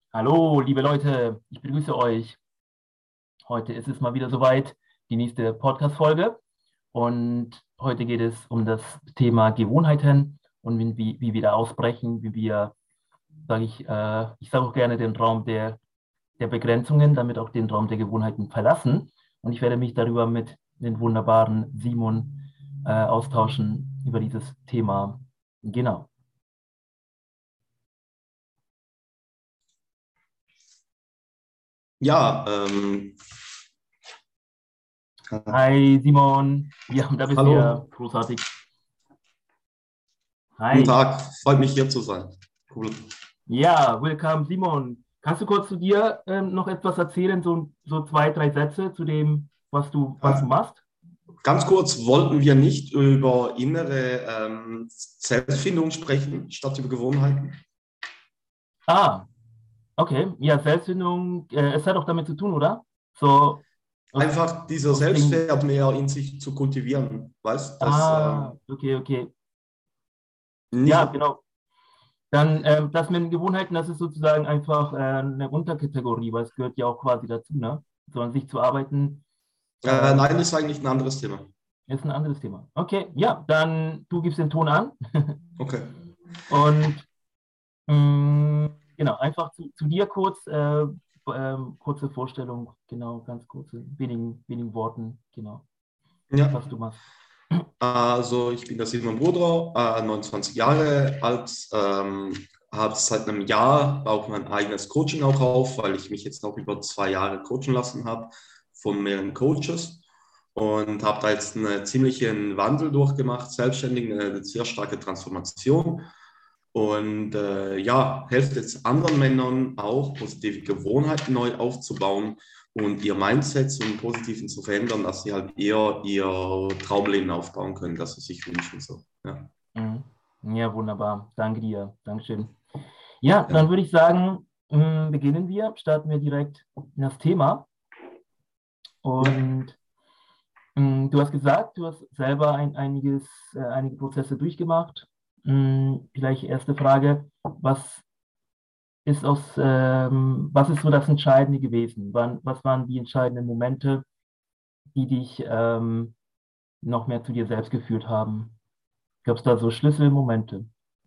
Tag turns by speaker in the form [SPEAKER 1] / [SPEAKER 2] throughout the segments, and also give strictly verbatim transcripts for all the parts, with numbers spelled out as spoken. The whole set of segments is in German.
[SPEAKER 1] Hallo, liebe Leute, ich begrüße euch. Heute ist es mal wieder soweit, die nächste Podcast-Folge. Und heute geht es um das Thema Gewohnheiten und wie, wie wir da ausbrechen, wie wir, sage ich, äh, ich sage auch gerne den Raum der, der Begrenzungen, damit auch den Raum der Gewohnheiten verlassen. Und ich werde mich darüber mit dem wunderbaren Simon äh, austauschen über dieses Thema. Genau.
[SPEAKER 2] Ja, ähm,
[SPEAKER 1] Hi Simon, ja, da bist du ja
[SPEAKER 2] hallo,
[SPEAKER 1] großartig.
[SPEAKER 2] guten
[SPEAKER 1] Hi.
[SPEAKER 2] Tag, freut mich hier zu sein. Cool.
[SPEAKER 1] Ja, willkommen, Simon. Kannst du kurz zu dir ähm, noch etwas erzählen, so, so zwei, drei Sätze zu dem, was du, was du
[SPEAKER 2] Äh,
[SPEAKER 1] machst?
[SPEAKER 2] Ganz kurz, wollten wir nicht über innere ähm, Selbstfindung sprechen, statt über Gewohnheiten?
[SPEAKER 1] Ah, okay. Ja, Selbstfindung, äh, es hat auch damit zu tun, oder? So aus,
[SPEAKER 2] Einfach dieser
[SPEAKER 1] aus den,
[SPEAKER 2] Selbstwert mehr in sich zu kultivieren, weißt, dass äh,
[SPEAKER 1] ah, okay, okay. Ja,
[SPEAKER 2] nicht,
[SPEAKER 1] genau. Dann ähm, das mit den Gewohnheiten, das ist sozusagen einfach äh, eine Unterkategorie, weil es gehört ja auch quasi dazu, ne? So an sich zu arbeiten,
[SPEAKER 2] äh,
[SPEAKER 1] äh,
[SPEAKER 2] nein, ist eigentlich ein anderes Thema.
[SPEAKER 1] ist ein anderes Thema. Okay, ja, dann du gibst den Ton an.
[SPEAKER 2] Okay.
[SPEAKER 1] Und Mm, genau, einfach zu, zu dir kurz, äh, ähm, kurze Vorstellung, genau, ganz kurze, wenigen, wenigen Worten, genau,
[SPEAKER 2] Ja,
[SPEAKER 1] was du machst.
[SPEAKER 2] also ich bin der Simon Bruder, äh, neunundzwanzig Jahre alt, ähm, habe seit einem Jahr auch mein eigenes Coaching auch auf, weil ich mich jetzt noch über zwei Jahre coachen lassen habe von mehreren Coaches und habe da jetzt einen ziemlichen Wandel durchgemacht, selbstständig, eine, eine sehr starke Transformation und äh, ja, helfe jetzt anderen Männern auch positive Gewohnheiten neu aufzubauen und ihr Mindset zum Positiven zu verändern, dass sie halt eher ihr Traumleben aufbauen können, das sie sich wünschen. So. Ja.
[SPEAKER 1] Mhm. Ja, wunderbar, danke dir, Dankeschön. Ja, dann
[SPEAKER 2] Ja.
[SPEAKER 1] würde ich sagen, mm, beginnen wir, starten wir direkt in das Thema.
[SPEAKER 2] Ja.
[SPEAKER 1] Und mm, du hast gesagt, du hast selber ein, einiges, äh, einige Prozesse durchgemacht. Mm, vielleicht erste Frage, was ist aus, ähm, was ist so das Entscheidende gewesen? Wann, was waren die entscheidenden Momente, die dich ähm, noch mehr zu dir selbst geführt haben? Gab es da so Schlüsselmomente?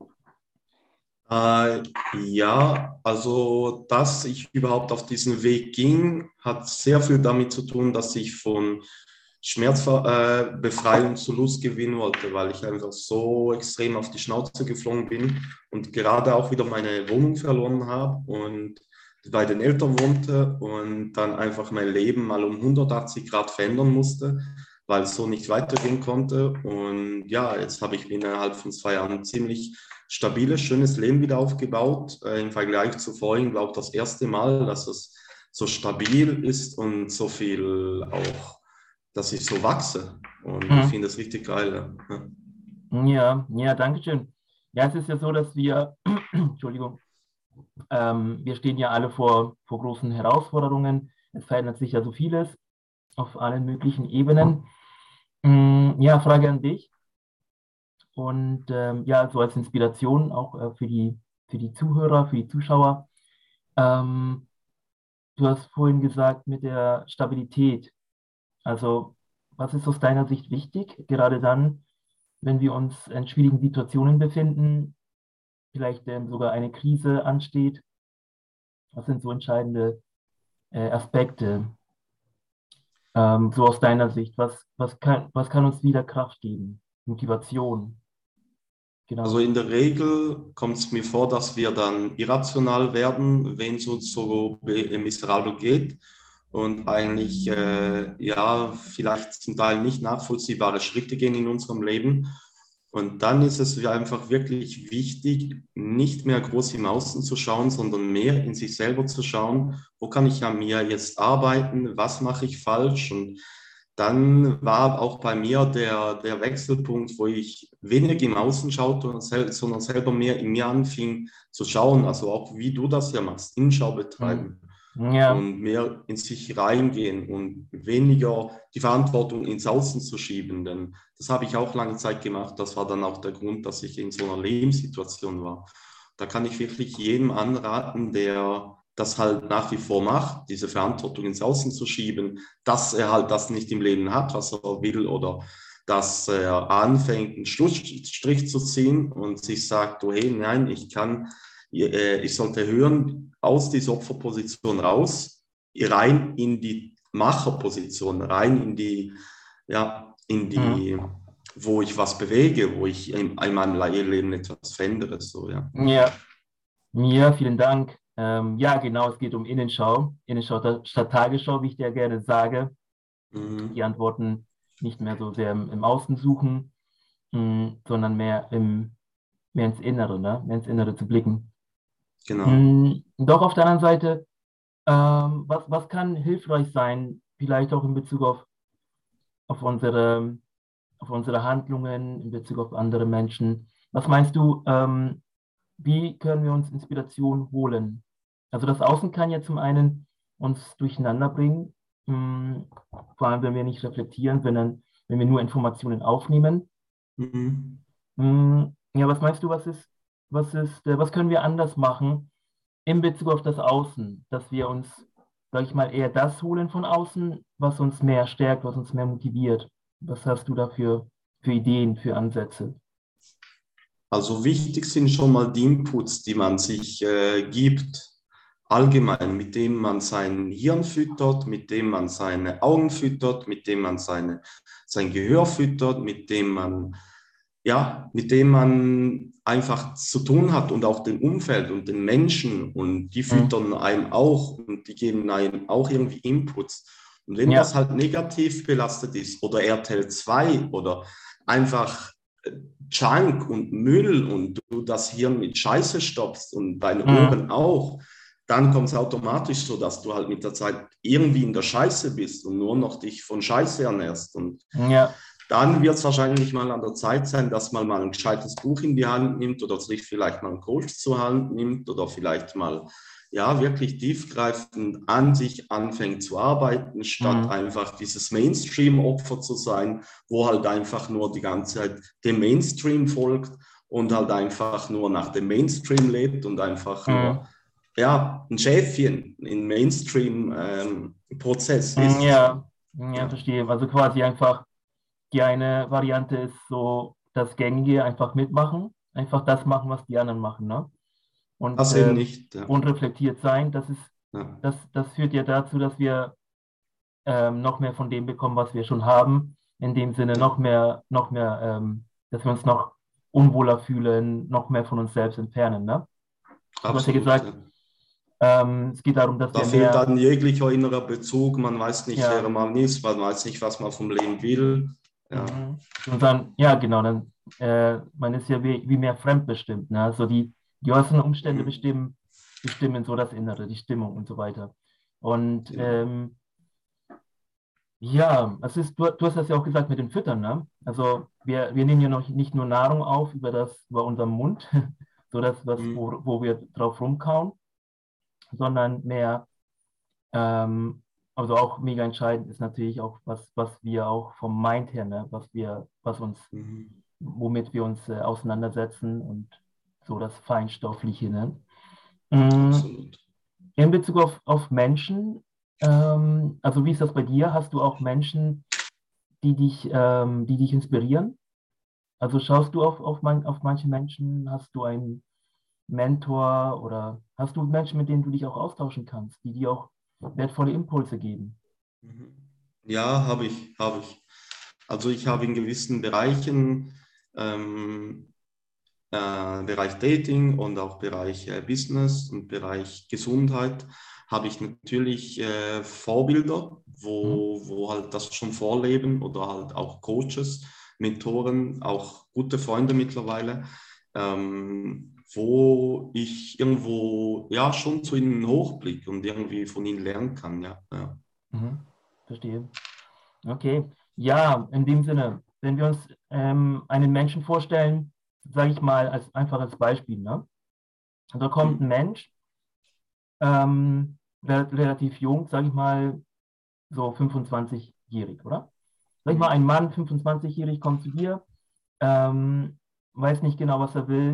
[SPEAKER 2] Äh, ja, also dass ich überhaupt auf diesen Weg ging, hat sehr viel damit zu tun, dass ich von Schmerzbefreiung zu Lust gewinnen wollte, weil ich einfach so extrem auf die Schnauze geflogen bin und gerade auch wieder meine Wohnung verloren habe und bei den Eltern wohnte und dann einfach mein Leben mal um hundertachtzig Grad verändern musste, weil es so nicht weitergehen konnte. Und ja, jetzt habe ich mir innerhalb von zwei Jahren ziemlich stabiles, schönes Leben wieder aufgebaut. Äh, Im Vergleich zu vorhin, glaube ich, das erste Mal, dass es so stabil ist und so viel auch, dass ich so wachse. Und ich
[SPEAKER 1] Mhm.
[SPEAKER 2] finde das richtig geil. Ja.
[SPEAKER 1] Ja, ja, danke schön. Ja, es ist ja so, dass wir, Entschuldigung, ähm, wir stehen ja alle vor, vor großen Herausforderungen. Es verändert sich ja so vieles auf allen möglichen Ebenen. Mm, ja, Frage an dich. Und ähm, ja, so als Inspiration auch äh, für die, für die Zuhörer, für die Zuschauer. Ähm, Du hast vorhin gesagt mit der Stabilität. Also, was ist aus deiner Sicht wichtig, gerade dann, wenn wir uns in schwierigen Situationen befinden, vielleicht ähm, sogar eine Krise ansteht? Was sind so entscheidende äh, Aspekte, ähm, so aus deiner Sicht? Was, was kann, was kann uns wieder Kraft geben? Motivation,
[SPEAKER 2] Also
[SPEAKER 1] genau.
[SPEAKER 2] in der Regel kommt es mir vor, dass wir dann irrational werden, wenn es uns so be- miserabel geht und eigentlich äh, ja vielleicht zum Teil nicht nachvollziehbare Schritte gehen in unserem Leben. Und dann ist es einfach wirklich wichtig, nicht mehr groß im Außen zu schauen, sondern mehr in sich selber zu schauen, wo kann ich an mir jetzt arbeiten, was mache ich falsch und dann war auch bei mir der, der Wechselpunkt, wo ich weniger im Außen schaute, sondern selber mehr in mir anfing zu schauen, also auch wie du das ja machst, Hinschau
[SPEAKER 1] Hm.
[SPEAKER 2] betreiben
[SPEAKER 1] Ja,
[SPEAKER 2] und mehr in sich reingehen und weniger die Verantwortung ins Außen zu schieben. Denn das habe ich auch lange Zeit gemacht. Das war dann auch der Grund, dass ich in so einer Lebenssituation war. Da kann ich wirklich jedem anraten, der das halt nach wie vor macht, diese Verantwortung ins Außen zu schieben, dass er halt das nicht im Leben hat, was er will, oder dass er anfängt, einen Schlussstrich zu ziehen und sich sagt, oh hey, nein, ich kann, ich sollte hören, aus dieser Opferposition raus, rein in die Macherposition, rein in die, ja, in die,
[SPEAKER 1] Mhm.
[SPEAKER 2] wo ich was bewege, wo ich in, in meinem Leben etwas verändere, so, ja.
[SPEAKER 1] Ja, ja, vielen Dank. Ähm, ja, genau, es geht um Innenschau. Innenschau statt Tagesschau, wie ich dir gerne sage. Die
[SPEAKER 2] Mhm.
[SPEAKER 1] Antworten nicht mehr so sehr im, im Außen suchen, mh, sondern mehr, im, mehr ins Innere, ne? Mehr ins Innere zu blicken.
[SPEAKER 2] Genau.
[SPEAKER 1] Mh, doch auf der anderen Seite, ähm, was, was kann hilfreich sein, vielleicht auch in Bezug auf, auf unsere, auf unsere Handlungen, in Bezug auf andere Menschen? Was meinst du, ähm, wie können wir uns Inspiration holen? Also das Außen kann ja zum einen uns durcheinander bringen, mh, vor allem wenn wir nicht reflektieren, sondern wenn wir nur Informationen aufnehmen.
[SPEAKER 2] Mhm.
[SPEAKER 1] Mh, ja, was meinst du, was ist, was ist, äh, was können wir anders machen in Bezug auf das Außen, dass wir uns, sag ich mal, eher das holen von außen, was uns mehr stärkt, was uns mehr motiviert? Was hast du dafür für Ideen, für Ansätze?
[SPEAKER 2] Also wichtig sind schon mal die Inputs, die man sich äh, gibt, allgemein, mit dem man sein Hirn füttert, mit dem man seine Augen füttert, mit dem man seine, sein Gehör füttert, mit dem man, ja, mit dem man einfach zu tun hat und auch dem Umfeld und den Menschen, und die
[SPEAKER 1] Hm.
[SPEAKER 2] füttern einem auch und die geben einem auch irgendwie Inputs. Und wenn das
[SPEAKER 1] Ja.
[SPEAKER 2] halt negativ belastet ist oder R T L zwei oder einfach äh, Junk und Müll und du das Hirn mit Scheiße stopfst und deine
[SPEAKER 1] Hm.
[SPEAKER 2] Ohren auch, dann kommt es automatisch so, dass du halt mit der Zeit irgendwie in der Scheiße bist und nur noch dich von Scheiße ernährst. Und
[SPEAKER 1] Ja.
[SPEAKER 2] dann wird es wahrscheinlich mal an der Zeit sein, dass man mal ein gescheites Buch in die Hand nimmt oder sich vielleicht mal einen Coach zur Hand nimmt oder vielleicht mal, ja, wirklich tiefgreifend an sich anfängt zu arbeiten, statt
[SPEAKER 1] Hm.
[SPEAKER 2] einfach dieses Mainstream-Opfer zu sein, wo halt einfach nur die ganze Zeit dem Mainstream folgt und halt einfach nur nach dem Mainstream lebt und einfach nur,
[SPEAKER 1] Hm.
[SPEAKER 2] ja, ein Schäfchen im Mainstream-Prozess ähm,
[SPEAKER 1] Hm,
[SPEAKER 2] ist. So.
[SPEAKER 1] ja, ja,
[SPEAKER 2] Ja,
[SPEAKER 1] verstehe. Also quasi einfach die eine Variante ist so das Gängige, einfach mitmachen, einfach das machen, was die anderen machen, ne? Und
[SPEAKER 2] das eben
[SPEAKER 1] ähm,
[SPEAKER 2] nicht. Ja.
[SPEAKER 1] unreflektiert sein, das ist,
[SPEAKER 2] Ja.
[SPEAKER 1] das, das führt ja dazu, dass wir ähm, noch mehr von dem bekommen, was wir schon haben. In dem Sinne noch
[SPEAKER 2] Ja.
[SPEAKER 1] mehr, noch mehr, ähm, dass wir uns noch unwohler fühlen, noch mehr von uns selbst entfernen, ne? Du hast ja
[SPEAKER 2] Absolut.
[SPEAKER 1] gesagt,
[SPEAKER 2] Ja.
[SPEAKER 1] ähm, es geht darum, dass
[SPEAKER 2] Da
[SPEAKER 1] wir
[SPEAKER 2] fehlt
[SPEAKER 1] mehr,
[SPEAKER 2] dann jeglicher innerer Bezug. Man weiß nicht, wer
[SPEAKER 1] ja,
[SPEAKER 2] man ist, man weiß nicht, was man vom Leben will. Ja,
[SPEAKER 1] mhm. Und dann, ja, genau, dann, äh, man ist ja wie, wie mehr fremdbestimmt, ne? Also die, die äußeren Umstände
[SPEAKER 2] mhm.
[SPEAKER 1] bestimmen, bestimmen so das Innere, die Stimmung und so weiter. Und
[SPEAKER 2] Genau.
[SPEAKER 1] ähm, ja, es ist, du, du hast das ja auch gesagt mit dem Füttern, ne? Also wir, wir nehmen ja noch nicht nur Nahrung auf über das, über unseren Mund, so das, was,
[SPEAKER 2] Mhm.
[SPEAKER 1] wo, wo wir drauf rumkauen, sondern mehr, ähm, also auch mega entscheidend ist natürlich auch, was, was wir auch vom Mind her, ne? Was wir, was uns,
[SPEAKER 2] Mhm.
[SPEAKER 1] womit wir uns äh, auseinandersetzen und so das Feinstoffliche, ne? Mm,
[SPEAKER 2] Absolut.
[SPEAKER 1] In Bezug auf, auf Menschen, ähm, also wie ist das bei dir? Hast du auch Menschen, die dich, ähm, die dich inspirieren? Also schaust du auf, auf, man, auf manche Menschen, hast du einen Mentor oder hast du Menschen, mit denen du dich auch austauschen kannst, die dir auch wertvolle Impulse geben?
[SPEAKER 2] Mhm. Ja, habe ich, habe ich. Also ich habe in gewissen Bereichen, ähm, äh, Bereich Dating und auch Bereich äh, Business und Bereich Gesundheit, habe ich natürlich äh, Vorbilder,
[SPEAKER 1] Hm?
[SPEAKER 2] wo, wo halt das schon vorleben, oder halt auch Coaches, Mentoren, auch gute Freunde mittlerweile, ähm, wo ich irgendwo ja schon zu ihnen hochblicke und irgendwie von ihnen lernen kann. Ja, ja.
[SPEAKER 1] Mhm. Verstehe. Okay. Ja, in dem Sinne, wenn wir uns ähm, einen Menschen vorstellen, sage ich mal als einfaches Beispiel, ne? Da kommt ein
[SPEAKER 2] Mhm.
[SPEAKER 1] Mensch, ähm, re- relativ jung, sage ich mal, so fünfundzwanzig-jährig, oder? Sag ich mal, ein
[SPEAKER 2] Mhm.
[SPEAKER 1] Mann, fünfundzwanzig-jährig, kommt zu dir, ähm, weiß nicht genau, was er will,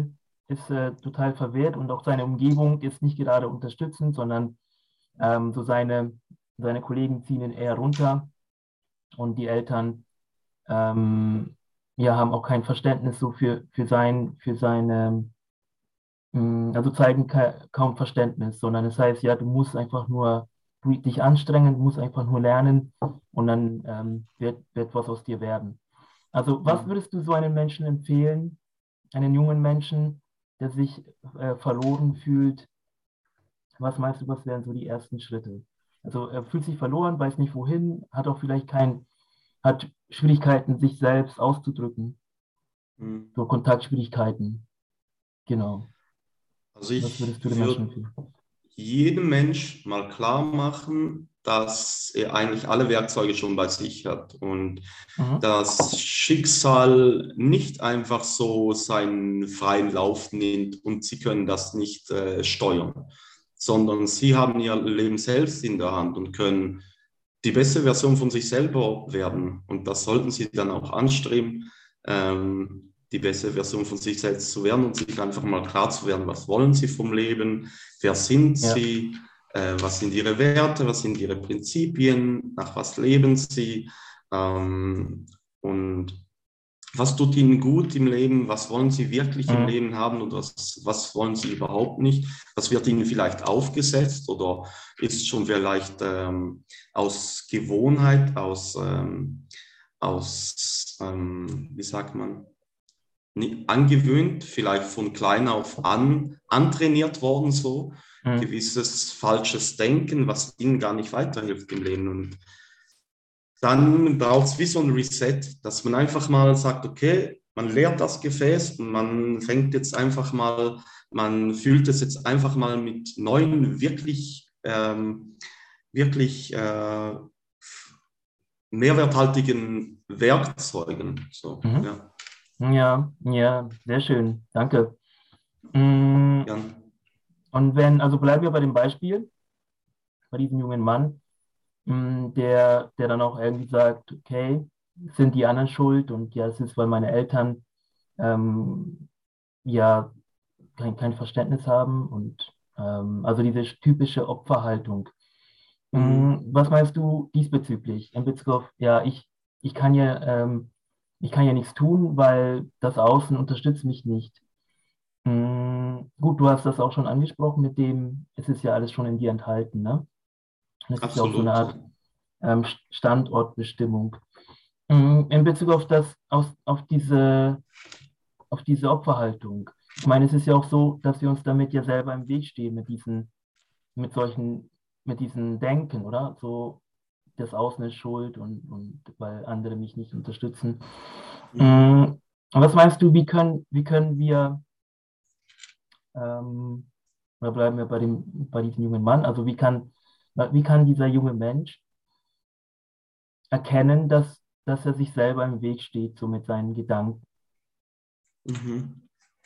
[SPEAKER 1] ist äh, total verwirrt und auch seine Umgebung ist nicht gerade unterstützend, sondern ähm, so seine, seine Kollegen ziehen ihn eher runter und die Eltern ähm, ja, haben auch kein Verständnis so für, für sein, für seine, mh, also zeigen ka kaum Verständnis, sondern es heißt, ja, du musst einfach nur du, dich anstrengen, du musst einfach nur lernen und dann ähm, wird, wird was aus dir werden. Also was
[SPEAKER 2] Mhm.
[SPEAKER 1] würdest du so einem Menschen empfehlen, einen jungen Menschen, der sich äh, verloren fühlt? Was meinst du, was wären so die ersten Schritte? Also er fühlt sich verloren, weiß nicht wohin, hat auch vielleicht kein, hat Schwierigkeiten, sich selbst auszudrücken,
[SPEAKER 2] Mhm.
[SPEAKER 1] so Kontaktschwierigkeiten. Genau.
[SPEAKER 2] Also
[SPEAKER 1] Was
[SPEAKER 2] ich
[SPEAKER 1] würdest du den Menschen
[SPEAKER 2] würde
[SPEAKER 1] empfehlen?
[SPEAKER 2] jedem Mensch mal klar machen, dass er eigentlich alle Werkzeuge schon bei sich hat und
[SPEAKER 1] Mhm.
[SPEAKER 2] das Schicksal nicht einfach so seinen freien Lauf nimmt und sie können das nicht äh, steuern, sondern sie haben ihr Leben selbst in der Hand und können die beste Version von sich selber werden. Und das sollten sie dann auch anstreben, ähm, die beste Version von sich selbst zu werden und sich einfach mal klar zu werden, was wollen sie vom Leben, wer sind
[SPEAKER 1] Ja.
[SPEAKER 2] sie, äh, was sind ihre Werte, was sind ihre Prinzipien, nach was leben sie, ähm, und was tut ihnen gut im Leben, was wollen sie wirklich im
[SPEAKER 1] Mhm.
[SPEAKER 2] Leben haben und was, was wollen sie überhaupt nicht, was wird ihnen vielleicht aufgesetzt oder ist schon vielleicht ähm, aus Gewohnheit, aus, ähm, aus ähm, wie sagt man, nie- angewöhnt, vielleicht von klein auf an antrainiert worden, so
[SPEAKER 1] Mhm.
[SPEAKER 2] gewisses falsches Denken, was ihnen gar nicht weiterhilft im Leben. Und dann braucht es wie so ein Reset, dass man einfach mal sagt, okay, man leert das Gefäß und man fängt jetzt einfach mal, man füllt es jetzt einfach mal mit neuen, wirklich, ähm, wirklich äh, mehrwerthaltigen Werkzeugen. So,
[SPEAKER 1] Mhm.
[SPEAKER 2] ja.
[SPEAKER 1] Ja, ja, sehr schön. Danke. Mhm.
[SPEAKER 2] Ja.
[SPEAKER 1] Und wenn, also bleiben wir bei dem Beispiel, bei diesem jungen Mann, mh, der, der dann auch irgendwie sagt, okay, sind die anderen schuld und ja, es ist, weil meine Eltern ähm, ja kein, kein Verständnis haben und ähm, also diese typische Opferhaltung.
[SPEAKER 2] Mhm.
[SPEAKER 1] Mh, was meinst du diesbezüglich? In Bezug auf, ja, ich, ich kann ja, ähm, ich kann ja nichts tun, weil das Außen unterstützt mich nicht. Mh, gut, du hast das auch schon angesprochen mit dem, es ist ja alles schon in dir enthalten, ne? Es ist ja auch so eine
[SPEAKER 2] Absolut.
[SPEAKER 1] Art ähm, Standortbestimmung. Mm, In Bezug auf das, auf, auf diese, auf diese Opferhaltung. Ich meine, es ist ja auch so, dass wir uns damit ja selber im Weg stehen, mit diesen, mit solchen, mit diesen Denken, oder? So, das Außen ist schuld und, und weil andere mich nicht unterstützen.
[SPEAKER 2] Mhm.
[SPEAKER 1] Mm, Was meinst du, wie können, wie können wir, ähm, oder bleiben wir bei dem, bei diesem jungen Mann, also wie kann, wie kann dieser junge Mensch erkennen, dass, dass er sich selber im Weg steht, so mit seinen Gedanken?
[SPEAKER 2] Mhm.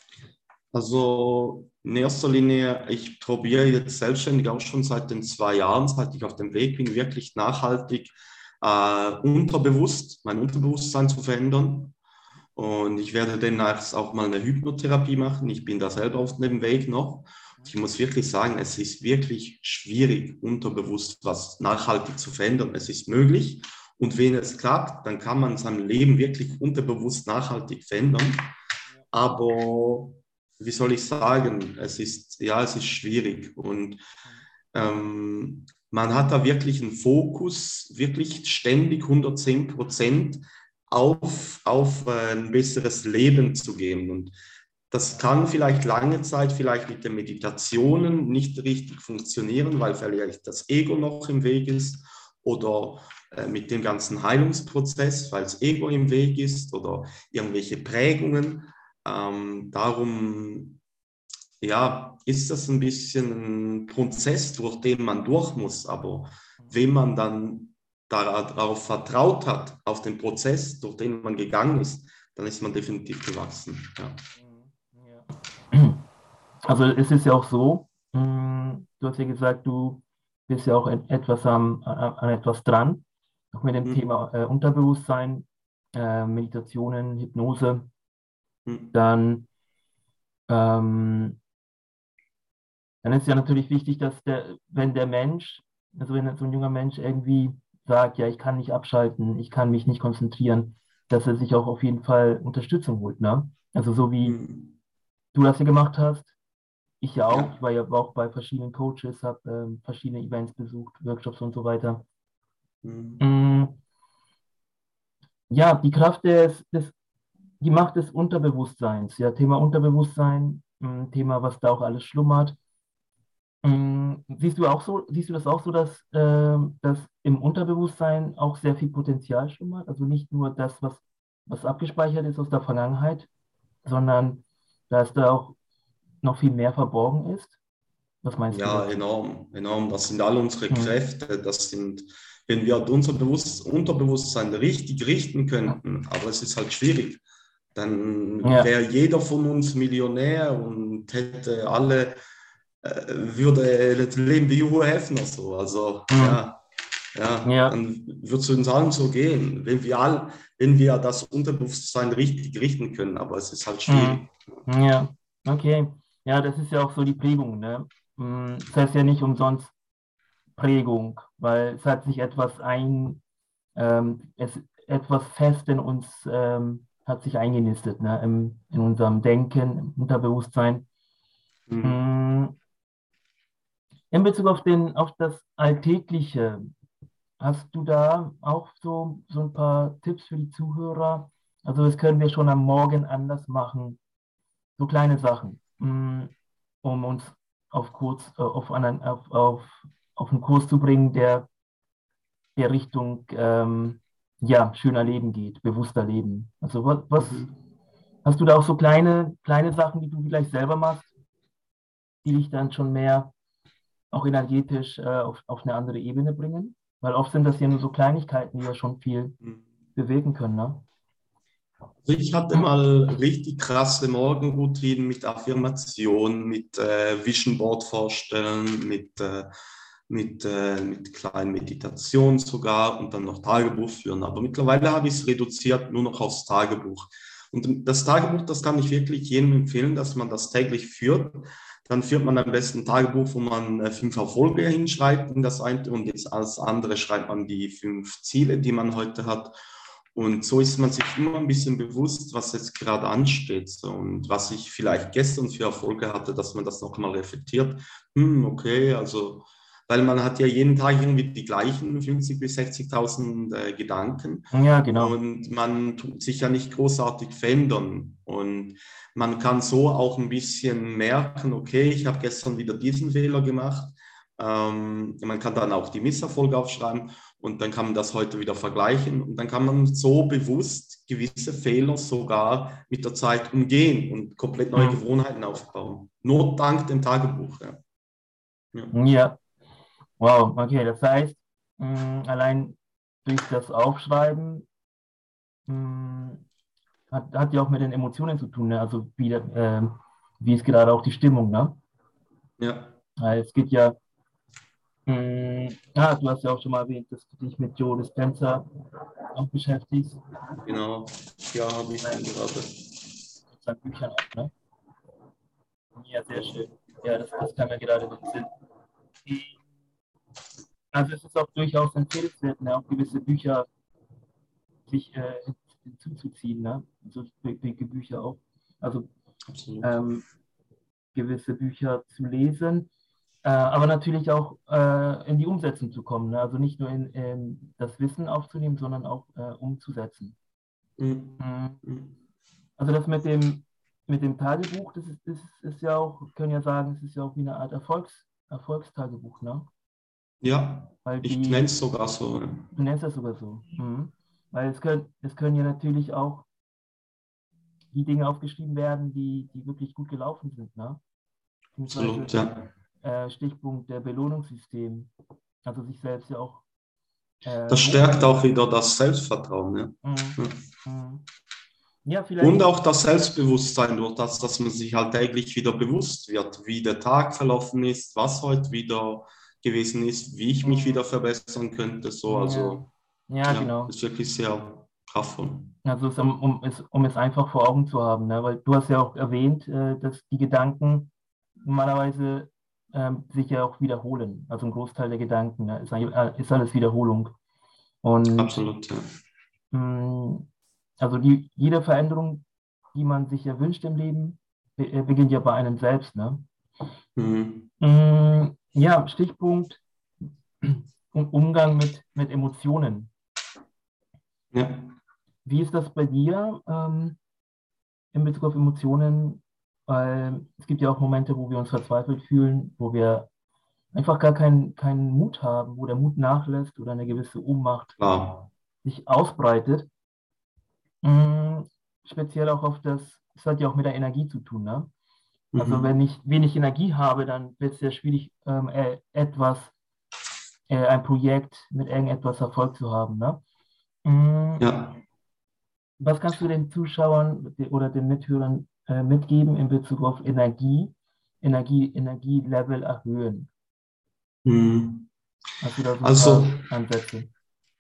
[SPEAKER 2] Also in erster Linie, ich probiere jetzt selbstständig auch schon seit den zwei Jahren, seit ich auf dem Weg bin, wirklich nachhaltig äh, unterbewusst, mein Unterbewusstsein zu verändern. Und ich werde demnächst auch mal eine Hypnotherapie machen. Ich bin da selber auf dem Weg noch. Ich muss wirklich sagen, es ist wirklich schwierig, unterbewusst was nachhaltig zu verändern. Es ist möglich. Und wenn es klappt, dann kann man sein Leben wirklich unterbewusst nachhaltig verändern. Aber wie soll ich sagen, es ist, ja, es ist schwierig und ähm, man hat da wirklich einen Fokus, wirklich ständig hundertzehn Prozent auf, auf äh, ein besseres Leben zu geben. Und das kann vielleicht lange Zeit, vielleicht mit den Meditationen nicht richtig funktionieren, weil vielleicht das Ego noch im Weg ist oder äh, mit dem ganzen Heilungsprozess, weil das Ego im Weg ist oder irgendwelche Prägungen. Ähm, darum, ja, ist das ein bisschen ein Prozess, durch den man durch muss. Aber wenn man dann darauf vertraut hat, auf den Prozess, durch den man gegangen ist, dann ist man definitiv gewachsen. Ja.
[SPEAKER 1] Also es ist ja auch so, mh, du hast ja gesagt, du bist ja auch et- etwas am, an, an etwas dran, auch mit dem
[SPEAKER 2] Hm,
[SPEAKER 1] Thema äh, Unterbewusstsein, äh, Meditationen, Hypnose.
[SPEAKER 2] hm,
[SPEAKER 1] Dann ähm, dann ist ja natürlich wichtig, dass der, wenn der Mensch, also wenn so ein junger Mensch irgendwie sagt, ja, ich kann nicht abschalten, ich kann mich nicht konzentrieren, dass er sich auch auf jeden Fall Unterstützung holt, ne? Also so wie
[SPEAKER 2] Mhm.
[SPEAKER 1] du das hier gemacht hast, ich ja auch, ich
[SPEAKER 2] Ja.
[SPEAKER 1] war ja auch bei verschiedenen Coaches, habe ähm, verschiedene Events besucht, Workshops und so weiter.
[SPEAKER 2] Mhm.
[SPEAKER 1] Mm, ja, die Kraft des, des, die Macht des Unterbewusstseins, ja, Thema Unterbewusstsein, mm, Thema, was da auch alles schlummert. Mm, Siehst du auch so, siehst du das auch so, dass, ähm, dass im Unterbewusstsein auch sehr viel Potenzial schlummert? Also nicht nur das, was, was abgespeichert ist aus der Vergangenheit, sondern dass da auch noch viel mehr verborgen ist? Was meinst du
[SPEAKER 2] Ja,
[SPEAKER 1] dazu?
[SPEAKER 2] enorm, enorm. Das sind all unsere
[SPEAKER 1] Mm,
[SPEAKER 2] Kräfte. Das sind, wenn wir unser Bewusst Unterbewusstsein richtig richten könnten, aber es ist halt schwierig, dann
[SPEAKER 1] Ja,
[SPEAKER 2] wäre jeder von uns Millionär und hätte alle, äh, würde leben wie Hugh Hefner so. Also
[SPEAKER 1] mm,
[SPEAKER 2] ja, ja,
[SPEAKER 1] ja,
[SPEAKER 2] dann würde es uns allen so gehen, wenn wir all, wenn wir das Unterbewusstsein richtig richten können, aber es ist halt
[SPEAKER 1] mm,
[SPEAKER 2] schwierig.
[SPEAKER 1] ja, okay. Ja, das ist ja auch so die Prägung, ne? Mm, Das heißt ja nicht umsonst Prägung, weil es hat sich etwas ein, ähm, es, etwas fest in uns ähm, hat sich eingenistet, ne? Im, in unserem Denken, im Unterbewusstsein.
[SPEAKER 2] Mhm.
[SPEAKER 1] Mm, In Bezug auf den, auf das Alltägliche, hast du da auch so, so ein paar Tipps für die Zuhörer? Also, das können wir schon am Morgen anders machen. So kleine Sachen, mm, um uns auf, kurz, äh, auf, einen, auf, auf, auf einen Kurs zu bringen, der, der Richtung ähm, ja, schöner Leben geht, bewusster Leben. Also was, was
[SPEAKER 2] Mhm.
[SPEAKER 1] hast du da auch so kleine, kleine Sachen, die du vielleicht selber machst, die dich dann schon mehr auch energetisch äh, auf, auf eine andere Ebene bringen? Weil oft sind das ja nur so Kleinigkeiten, die ja schon viel
[SPEAKER 2] Mhm.
[SPEAKER 1] bewirken können, ne?
[SPEAKER 2] Also ich hatte mal richtig krasse Morgenroutinen mit Affirmation, mit äh, Vision Board vorstellen, mit, äh, mit, äh, mit kleinen Meditationen sogar und dann noch Tagebuch führen. Aber mittlerweile habe ich es reduziert nur noch aufs Tagebuch. Und das Tagebuch, das kann ich wirklich jedem empfehlen, dass man das täglich führt. Dann führt man am besten ein Tagebuch, wo man äh, fünf Erfolge hinschreibt in das eine und jetzt als andere schreibt man die fünf Ziele, die man heute hat. Und so ist man sich immer ein bisschen bewusst, was jetzt gerade ansteht so, und was ich vielleicht gestern für Erfolge hatte, dass man das nochmal reflektiert. Hm, okay, also, weil man hat ja jeden Tag irgendwie die gleichen fünfzigtausend bis sechzigtausend äh, Gedanken
[SPEAKER 1] Ja, genau.
[SPEAKER 2] und man tut sich ja nicht großartig verändern. Und man kann so auch ein bisschen merken, okay, ich habe gestern wieder diesen Fehler gemacht. Ähm, man kann dann auch die Misserfolge aufschreiben und dann kann man das heute wieder vergleichen und dann kann man so bewusst gewisse Fehler sogar mit der Zeit umgehen und komplett neue
[SPEAKER 1] Hm.
[SPEAKER 2] Gewohnheiten aufbauen. Nur dank dem Tagebuch. Ja. Ja.
[SPEAKER 1] Ja, wow, okay. Das heißt, mh, allein durch das Aufschreiben mh, hat, hat ja auch mit den Emotionen zu tun, ne? Also wie, ähm, wie ist gerade auch die Stimmung, ne?
[SPEAKER 2] Ja,
[SPEAKER 1] Weil es geht ja, mh, ja, du hast ja auch schon mal erwähnt, dass du dich mit Joe Dispenza auch beschäftigst,
[SPEAKER 2] genau. Ja, habe ich
[SPEAKER 1] seinen,
[SPEAKER 2] gerade.
[SPEAKER 1] seinen Büchern auch, ne? Ja, sehr schön. Ja, das, das kam mir gerade in den Sinn. Also es ist auch durchaus empfehlenswert, ne, auch gewisse Bücher sich äh, hinzuzuziehen, ne? Also wichtige Bücher auch. Also
[SPEAKER 2] Absolut.
[SPEAKER 1] ähm, gewisse Bücher zu lesen, äh, aber natürlich auch äh, in die Umsetzung zu kommen. Ne? Also nicht nur in, in das Wissen aufzunehmen, sondern auch äh, umzusetzen.
[SPEAKER 2] Mhm.
[SPEAKER 1] Mhm.
[SPEAKER 2] Mhm.
[SPEAKER 1] Also das mit dem, mit dem Tagebuch, das ist, das ist ja auch, können ja sagen, es ist ja auch wie eine Art Erfolgs, Erfolgstagebuch, ne?
[SPEAKER 2] Ja,
[SPEAKER 1] Weil
[SPEAKER 2] ich nenne
[SPEAKER 1] die,
[SPEAKER 2] es sogar so. Ja.
[SPEAKER 1] du nennst das sogar so. Mhm. Weil es können, es können ja natürlich auch die Dinge aufgeschrieben werden, die, die wirklich gut gelaufen sind, ne? Beziehungsweise
[SPEAKER 2] Absolut, ja.
[SPEAKER 1] äh, Stichpunkt der Belohnungssystem, also sich selbst ja auch äh,
[SPEAKER 2] Das
[SPEAKER 1] loben
[SPEAKER 2] stärkt auch
[SPEAKER 1] können.
[SPEAKER 2] wieder das Selbstvertrauen. Ja.
[SPEAKER 1] Mhm.
[SPEAKER 2] Ja.
[SPEAKER 1] Mhm. Ja,
[SPEAKER 2] Und
[SPEAKER 1] vielleicht,
[SPEAKER 2] auch das Selbstbewusstsein durch das, dass man sich halt täglich wieder bewusst wird, wie der Tag verlaufen ist, was heute wieder gewesen ist, wie ich mich wieder
[SPEAKER 1] mhm.
[SPEAKER 2] verbessern könnte. So,
[SPEAKER 1] Ja,
[SPEAKER 2] also
[SPEAKER 1] ja,
[SPEAKER 2] ja,
[SPEAKER 1] genau.
[SPEAKER 2] ist wirklich sehr kraftvoll.
[SPEAKER 1] Also es, um, um, es, um es einfach vor Augen zu haben, ne? Weil du hast ja auch erwähnt, äh, dass die Gedanken normalerweise ähm, sich ja auch wiederholen. Also ein Großteil der Gedanken, ne? Ist, eigentlich- äh, ist alles Wiederholung. Und
[SPEAKER 2] Absolut, ja.
[SPEAKER 1] mh, also die, jede Veränderung, die man sich ja wünscht im Leben, be äh, beginnt ja bei einem selbst, ne?
[SPEAKER 2] Mhm.
[SPEAKER 1] Mh, ja, Stichpunkt um, Umgang mit, mit Emotionen.
[SPEAKER 2] Ja.
[SPEAKER 1] Wie ist das bei dir? Ähm, in Bezug auf Emotionen, weil es gibt ja auch Momente, wo wir uns verzweifelt fühlen, wo wir einfach gar keinen keinen Mut haben, wo der Mut nachlässt oder eine gewisse Ohnmacht
[SPEAKER 2] Klar.
[SPEAKER 1] sich ausbreitet. Mm, speziell auch auf das, es hat ja auch mit der Energie zu tun, ne? Also wenn
[SPEAKER 2] Mhm.
[SPEAKER 1] ich wenig Energie habe, dann wird es sehr schwierig, ähm, äh, etwas, äh, ein Projekt mit irgendetwas Erfolg zu haben, ne? Mm,
[SPEAKER 2] Ja.
[SPEAKER 1] was kannst du den Zuschauern oder den Mithörern äh, mitgeben in Bezug auf Energie, Energie, Energielevel erhöhen?
[SPEAKER 2] Mhm.
[SPEAKER 1] Hast du da so ein
[SPEAKER 2] Also,
[SPEAKER 1] paar Ansätze?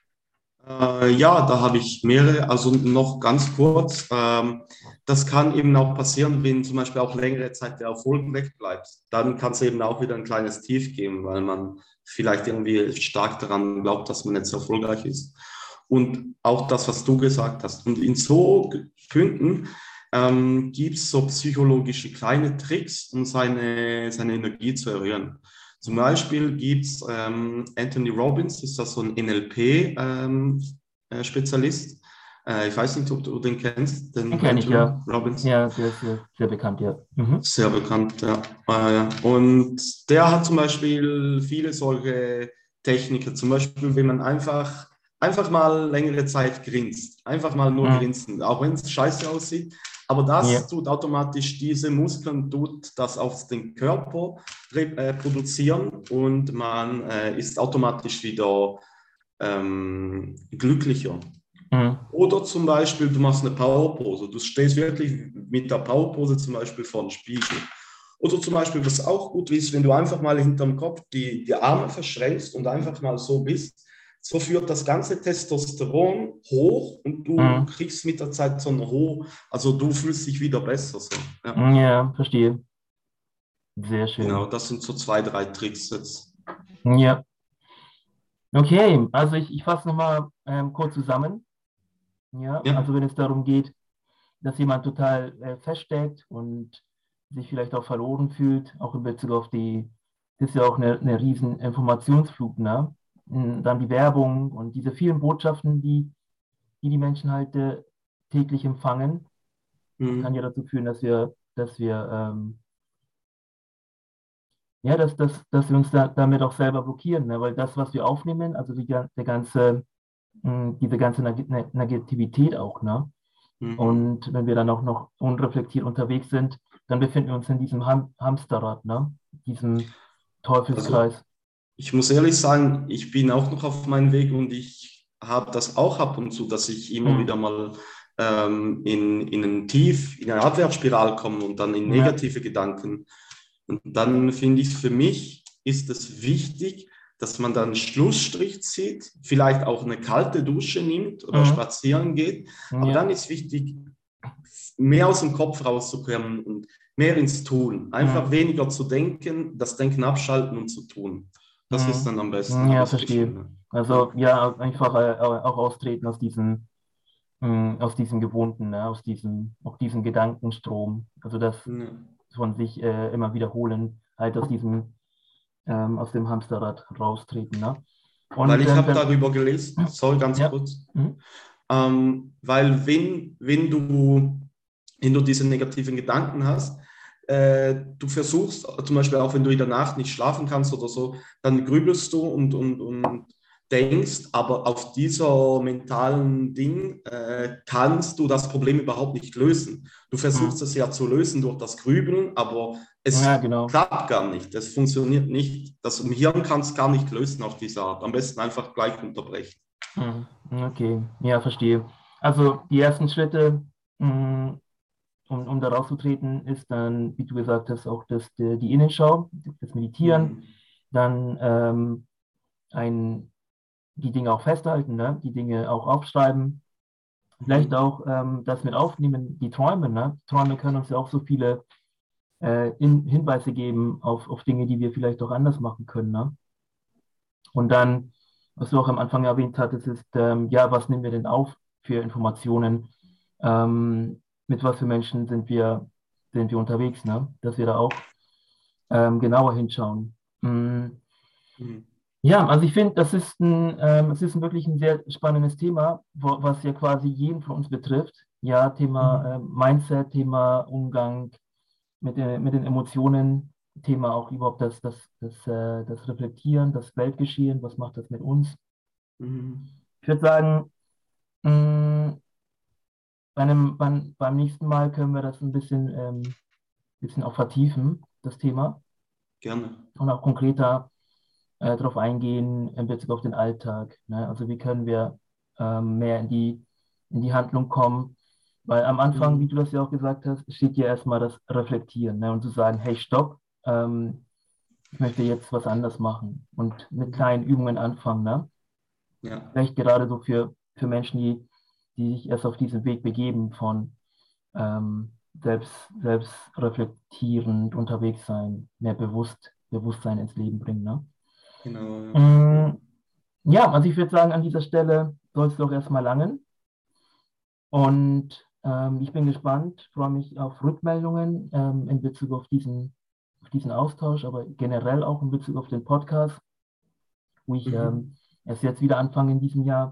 [SPEAKER 2] Äh, ja, da habe ich mehrere. Also noch ganz kurz. Ähm, das kann eben auch passieren, wenn zum Beispiel auch längere Zeit der Erfolg wegbleibt. Dann kann es eben auch wieder ein kleines Tief geben, weil man vielleicht irgendwie stark daran glaubt, dass man jetzt erfolgreich ist. Und auch das, was du gesagt hast. Und in so Punkten ähm, gibt es so psychologische kleine Tricks, um seine, seine Energie zu erhöhen. Zum Beispiel gibt es ähm, Anthony Robbins, ist das so ein N L P-Spezialist. Ähm, äh, ich weiß nicht, ob du den kennst,
[SPEAKER 1] Den
[SPEAKER 2] den
[SPEAKER 1] kenne ich
[SPEAKER 2] Anthony
[SPEAKER 1] ja.
[SPEAKER 2] Robbins.
[SPEAKER 1] Ja, der ist sehr, sehr bekannt, ja. Mhm.
[SPEAKER 2] Sehr bekannt, ja. Ah, ja. Und der hat zum Beispiel viele solche Techniken. Zum Beispiel, wenn man einfach, einfach mal längere Zeit grinst. Einfach mal nur
[SPEAKER 1] Mhm.
[SPEAKER 2] grinsen, auch wenn es scheiße aussieht. Aber das
[SPEAKER 1] Ja.
[SPEAKER 2] tut automatisch, diese Muskeln tut das auf den Körper äh, produzieren und man äh, ist automatisch wieder ähm, glücklicher.
[SPEAKER 1] Mhm.
[SPEAKER 2] Oder zum Beispiel, du machst eine Powerpose. Du stehst wirklich mit der Powerpose zum Beispiel vor dem Spiegel. Oder zum Beispiel, was auch gut ist, wenn du einfach mal hinterm Kopf die, die Arme verschränkst und einfach mal so bist, so führt das ganze Testosteron hoch und du
[SPEAKER 1] Mhm.
[SPEAKER 2] kriegst mit der Zeit so eine hoch, also du fühlst dich wieder besser. So. Ja,
[SPEAKER 1] Ja, verstehe. Sehr
[SPEAKER 2] genau,
[SPEAKER 1] schön.
[SPEAKER 2] das sind so zwei, drei Tricks jetzt.
[SPEAKER 1] Ja. Okay, also ich, ich fasse nochmal ähm, kurz zusammen. Ja,
[SPEAKER 2] Ja.
[SPEAKER 1] also wenn es darum geht, dass jemand total äh, feststeckt und sich vielleicht auch verloren fühlt, auch in Bezug auf die, das ist ja auch eine, eine riesen Informationsflut, ne? Mm, dann die Werbung und diese vielen Botschaften, die die, die Menschen halt äh, täglich empfangen, kann ja
[SPEAKER 2] Mhm.
[SPEAKER 1] dazu führen, dass wir, dass wir, ähm, ja, dass, dass, dass wir uns da, damit auch selber blockieren, ne? Weil das, was wir aufnehmen, also die, ga- der ganze, mh, diese ganze Neg Ne- Negativität auch, ne?
[SPEAKER 2] Mhm.
[SPEAKER 1] Und wenn wir dann auch noch unreflektiert unterwegs sind, dann befinden wir uns in diesem Ham Hamsterrad, ne? Diesem
[SPEAKER 2] Also
[SPEAKER 1] Teufelskreis.
[SPEAKER 2] ich muss ehrlich sagen, ich bin auch noch auf meinem Weg und ich habe das auch ab und zu, dass ich immer
[SPEAKER 1] Hm.
[SPEAKER 2] wieder mal ähm, in, in ein Tief, in eine Abwärtsspirale komme und dann in
[SPEAKER 1] Ja.
[SPEAKER 2] negative Gedanken. Und dann finde ich, für mich ist es wichtig, dass man dann einen Schlussstrich zieht, vielleicht auch eine kalte Dusche nimmt oder
[SPEAKER 1] Hm.
[SPEAKER 2] spazieren geht. Aber
[SPEAKER 1] Ja.
[SPEAKER 2] dann ist wichtig, mehr aus dem Kopf rauszukommen und mehr ins Tun. Einfach
[SPEAKER 1] Hm.
[SPEAKER 2] weniger zu denken, das Denken abschalten und zu tun. Das ist
[SPEAKER 1] Hm.
[SPEAKER 2] dann am besten,
[SPEAKER 1] Hm.
[SPEAKER 2] habe
[SPEAKER 1] Ja,
[SPEAKER 2] ich das Gefühl.
[SPEAKER 1] verstehe.
[SPEAKER 2] Ne?
[SPEAKER 1] Also
[SPEAKER 2] Ja.
[SPEAKER 1] ja, einfach äh, auch austreten aus diesem, mh, aus diesem Gewohnten, ne? Aus diesem, auch diesem Gedankenstrom. Also das
[SPEAKER 2] Ja.
[SPEAKER 1] von sich äh, immer wiederholen, halt aus diesem, ähm, aus dem Hamsterrad raustreten, ne?
[SPEAKER 2] Weil
[SPEAKER 1] Und
[SPEAKER 2] ich
[SPEAKER 1] ähm,
[SPEAKER 2] habe
[SPEAKER 1] dann,
[SPEAKER 2] darüber gelesen, sorry, ganz
[SPEAKER 1] ja.
[SPEAKER 2] kurz,
[SPEAKER 1] Hm.
[SPEAKER 2] ähm, weil wenn, wenn, du, wenn du diese negativen Gedanken hast, äh, du versuchst, zum Beispiel auch wenn du in der Nacht nicht schlafen kannst oder so, dann grübelst du und, und, und denkst, aber auf dieser mentalen Ding äh, kannst du das Problem überhaupt nicht lösen. Du versuchst
[SPEAKER 1] Hm.
[SPEAKER 2] es ja zu lösen durch das Grübeln, aber
[SPEAKER 1] Ja,
[SPEAKER 2] es
[SPEAKER 1] genau.
[SPEAKER 2] klappt gar nicht. Es funktioniert nicht. Das Hirn kann es gar nicht lösen auf diese Art. Am besten einfach gleich unterbrechen.
[SPEAKER 1] Hm. Okay, ja, verstehe. Also die ersten Schritte, mh, um, um da rauszutreten, ist dann, wie du gesagt hast, auch das, die, die Innenschau, das Meditieren,
[SPEAKER 2] Mhm.
[SPEAKER 1] dann ähm, ein, die Dinge auch festhalten, ne? Die Dinge auch aufschreiben, Vielleicht
[SPEAKER 2] Mhm.
[SPEAKER 1] auch ähm, das mit aufnehmen, die Träume. Ne? Träume können uns ja auch so viele äh, in, Hinweise geben auf, auf Dinge, die wir vielleicht auch anders machen können. Ne? Und dann, was du auch am Anfang erwähnt hattest, ist, ähm, ja, was nehmen wir denn auf für Informationen? Ähm, mit was für Menschen sind wir, sind wir unterwegs, ne? Dass wir da auch ähm, genauer hinschauen. Mm,
[SPEAKER 2] Mhm.
[SPEAKER 1] ja, also ich finde, das ist ein, ähm, es ist ein wirklich ein sehr spannendes Thema, wo, was ja quasi jeden von uns betrifft. Ja, Thema
[SPEAKER 2] Mhm.
[SPEAKER 1] ähm, Mindset, Thema Umgang mit, den- mit den Emotionen, Thema auch überhaupt das, das, das, äh, das Reflektieren, das Weltgeschehen, was macht das mit uns?
[SPEAKER 2] Mhm.
[SPEAKER 1] Ich würde sagen, mh, bei einem, beim, beim nächsten Mal können wir das ein bisschen, ähm, bisschen auch vertiefen, das Thema,
[SPEAKER 2] Gerne.
[SPEAKER 1] und auch konkreter äh, darauf eingehen in Bezug auf den Alltag. Ne? Also wie können wir ähm, mehr in die, in die Handlung kommen? Weil am Anfang, wie
[SPEAKER 2] Mhm.
[SPEAKER 1] du das ja auch gesagt hast, steht ja erstmal das Reflektieren, ne? Und zu sagen, hey, stopp, ähm, ich möchte jetzt was anders machen und mit
[SPEAKER 2] Mhm.
[SPEAKER 1] kleinen Übungen anfangen. Ne?
[SPEAKER 2] Ja,
[SPEAKER 1] Vielleicht gerade so für, für Menschen, die, die sich erst auf diesen Weg begeben von ähm, selbst, selbst reflektierend unterwegs sein, mehr bewusst, Bewusstsein ins Leben bringen. Ne?
[SPEAKER 2] genau. Ja. Ja.
[SPEAKER 1] Mm, ja, also ich würde sagen, an dieser Stelle soll es doch erstmal langen. Und ähm, ich bin gespannt, freue mich auf Rückmeldungen ähm, in Bezug auf diesen, auf diesen Austausch, aber generell auch in Bezug auf den Podcast, wo ich
[SPEAKER 2] Mhm.
[SPEAKER 1] ähm, erst jetzt wieder anfange in diesem Jahr,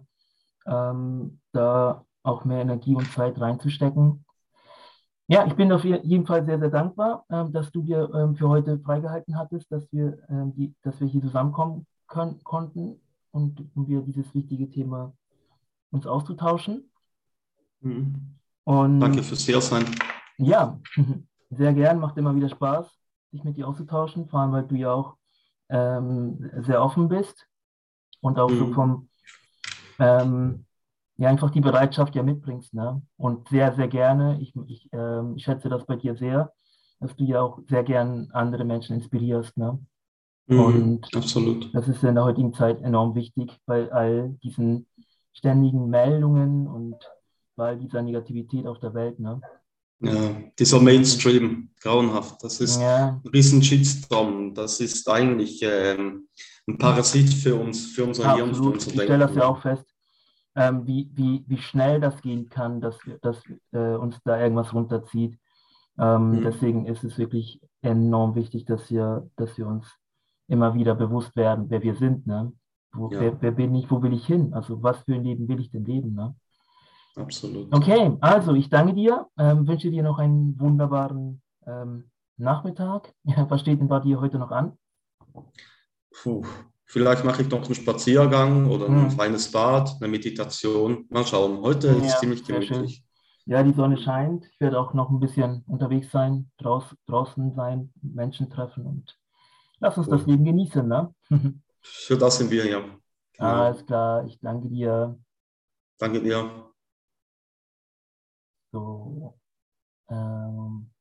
[SPEAKER 1] ähm, da auch mehr Energie und Zeit reinzustecken. Ja, ich bin auf jeden Fall sehr, sehr dankbar, ähm, dass du dir ähm, für heute freigehalten hattest, dass wir, ähm, die, dass wir hier zusammenkommen können, konnten und um wir dieses wichtige Thema uns auszutauschen.
[SPEAKER 2] Mhm. Danke
[SPEAKER 1] Und
[SPEAKER 2] fürs Hiersein.
[SPEAKER 1] ja, sehr gern, macht immer wieder Spaß, sich mit dir auszutauschen, vor allem weil du ja auch ähm, sehr offen bist und auch so
[SPEAKER 2] Mhm.
[SPEAKER 1] vom, ähm, ja, einfach die Bereitschaft ja mitbringst, ne? Und sehr, sehr gerne, ich, ich, ähm, ich schätze das bei dir sehr, dass du ja auch sehr gern andere Menschen inspirierst, ne?
[SPEAKER 2] Mhm.
[SPEAKER 1] Und
[SPEAKER 2] Absolut.
[SPEAKER 1] das ist in der heutigen Zeit enorm wichtig, bei all diesen ständigen Meldungen und bei all dieser Negativität auf der Welt, ne?
[SPEAKER 2] Ja, dieser
[SPEAKER 1] Das ist,
[SPEAKER 2] Mainstream, grauenhaft. Das ist
[SPEAKER 1] ja,
[SPEAKER 2] ein riesen Shitstorm. Das ist eigentlich ähm, ein Parasit für uns, für unser Hirn, für
[SPEAKER 1] absolut.
[SPEAKER 2] unser
[SPEAKER 1] Ich stelle das
[SPEAKER 2] Denken.
[SPEAKER 1] ja
[SPEAKER 2] Ja.
[SPEAKER 1] auch fest, ähm, wie, wie, wie schnell das gehen kann, dass wir, dass äh, uns da irgendwas runterzieht. Ähm,
[SPEAKER 2] Mhm.
[SPEAKER 1] deswegen ist es wirklich enorm wichtig, dass wir, dass wir uns immer wieder bewusst werden, wer wir sind, ne? Wo,
[SPEAKER 2] Ja,
[SPEAKER 1] wer, wer bin ich, wo will ich hin? Also was für ein Leben will ich denn leben, ne?
[SPEAKER 2] absolut.
[SPEAKER 1] Okay, also ich danke dir, ähm, wünsche dir noch einen wunderbaren ähm, Nachmittag. Ja, was steht denn bei dir heute noch an?
[SPEAKER 2] Puh. Vielleicht mache ich noch einen Spaziergang oder ein
[SPEAKER 1] Hm,
[SPEAKER 2] feines Bad, eine Meditation. Mal schauen. Heute ist es
[SPEAKER 1] ja,
[SPEAKER 2] ziemlich
[SPEAKER 1] sehr schön.
[SPEAKER 2] gemütlich.
[SPEAKER 1] Ja, die Sonne scheint. Ich werde auch noch ein bisschen unterwegs sein, draus, draußen sein, Menschen treffen und lass uns das
[SPEAKER 2] Cool.
[SPEAKER 1] Leben genießen, ne?
[SPEAKER 2] Für das sind wir ja.
[SPEAKER 1] Alles
[SPEAKER 2] Genau.
[SPEAKER 1] klar, ich danke dir.
[SPEAKER 2] Danke dir.
[SPEAKER 1] So, ähm,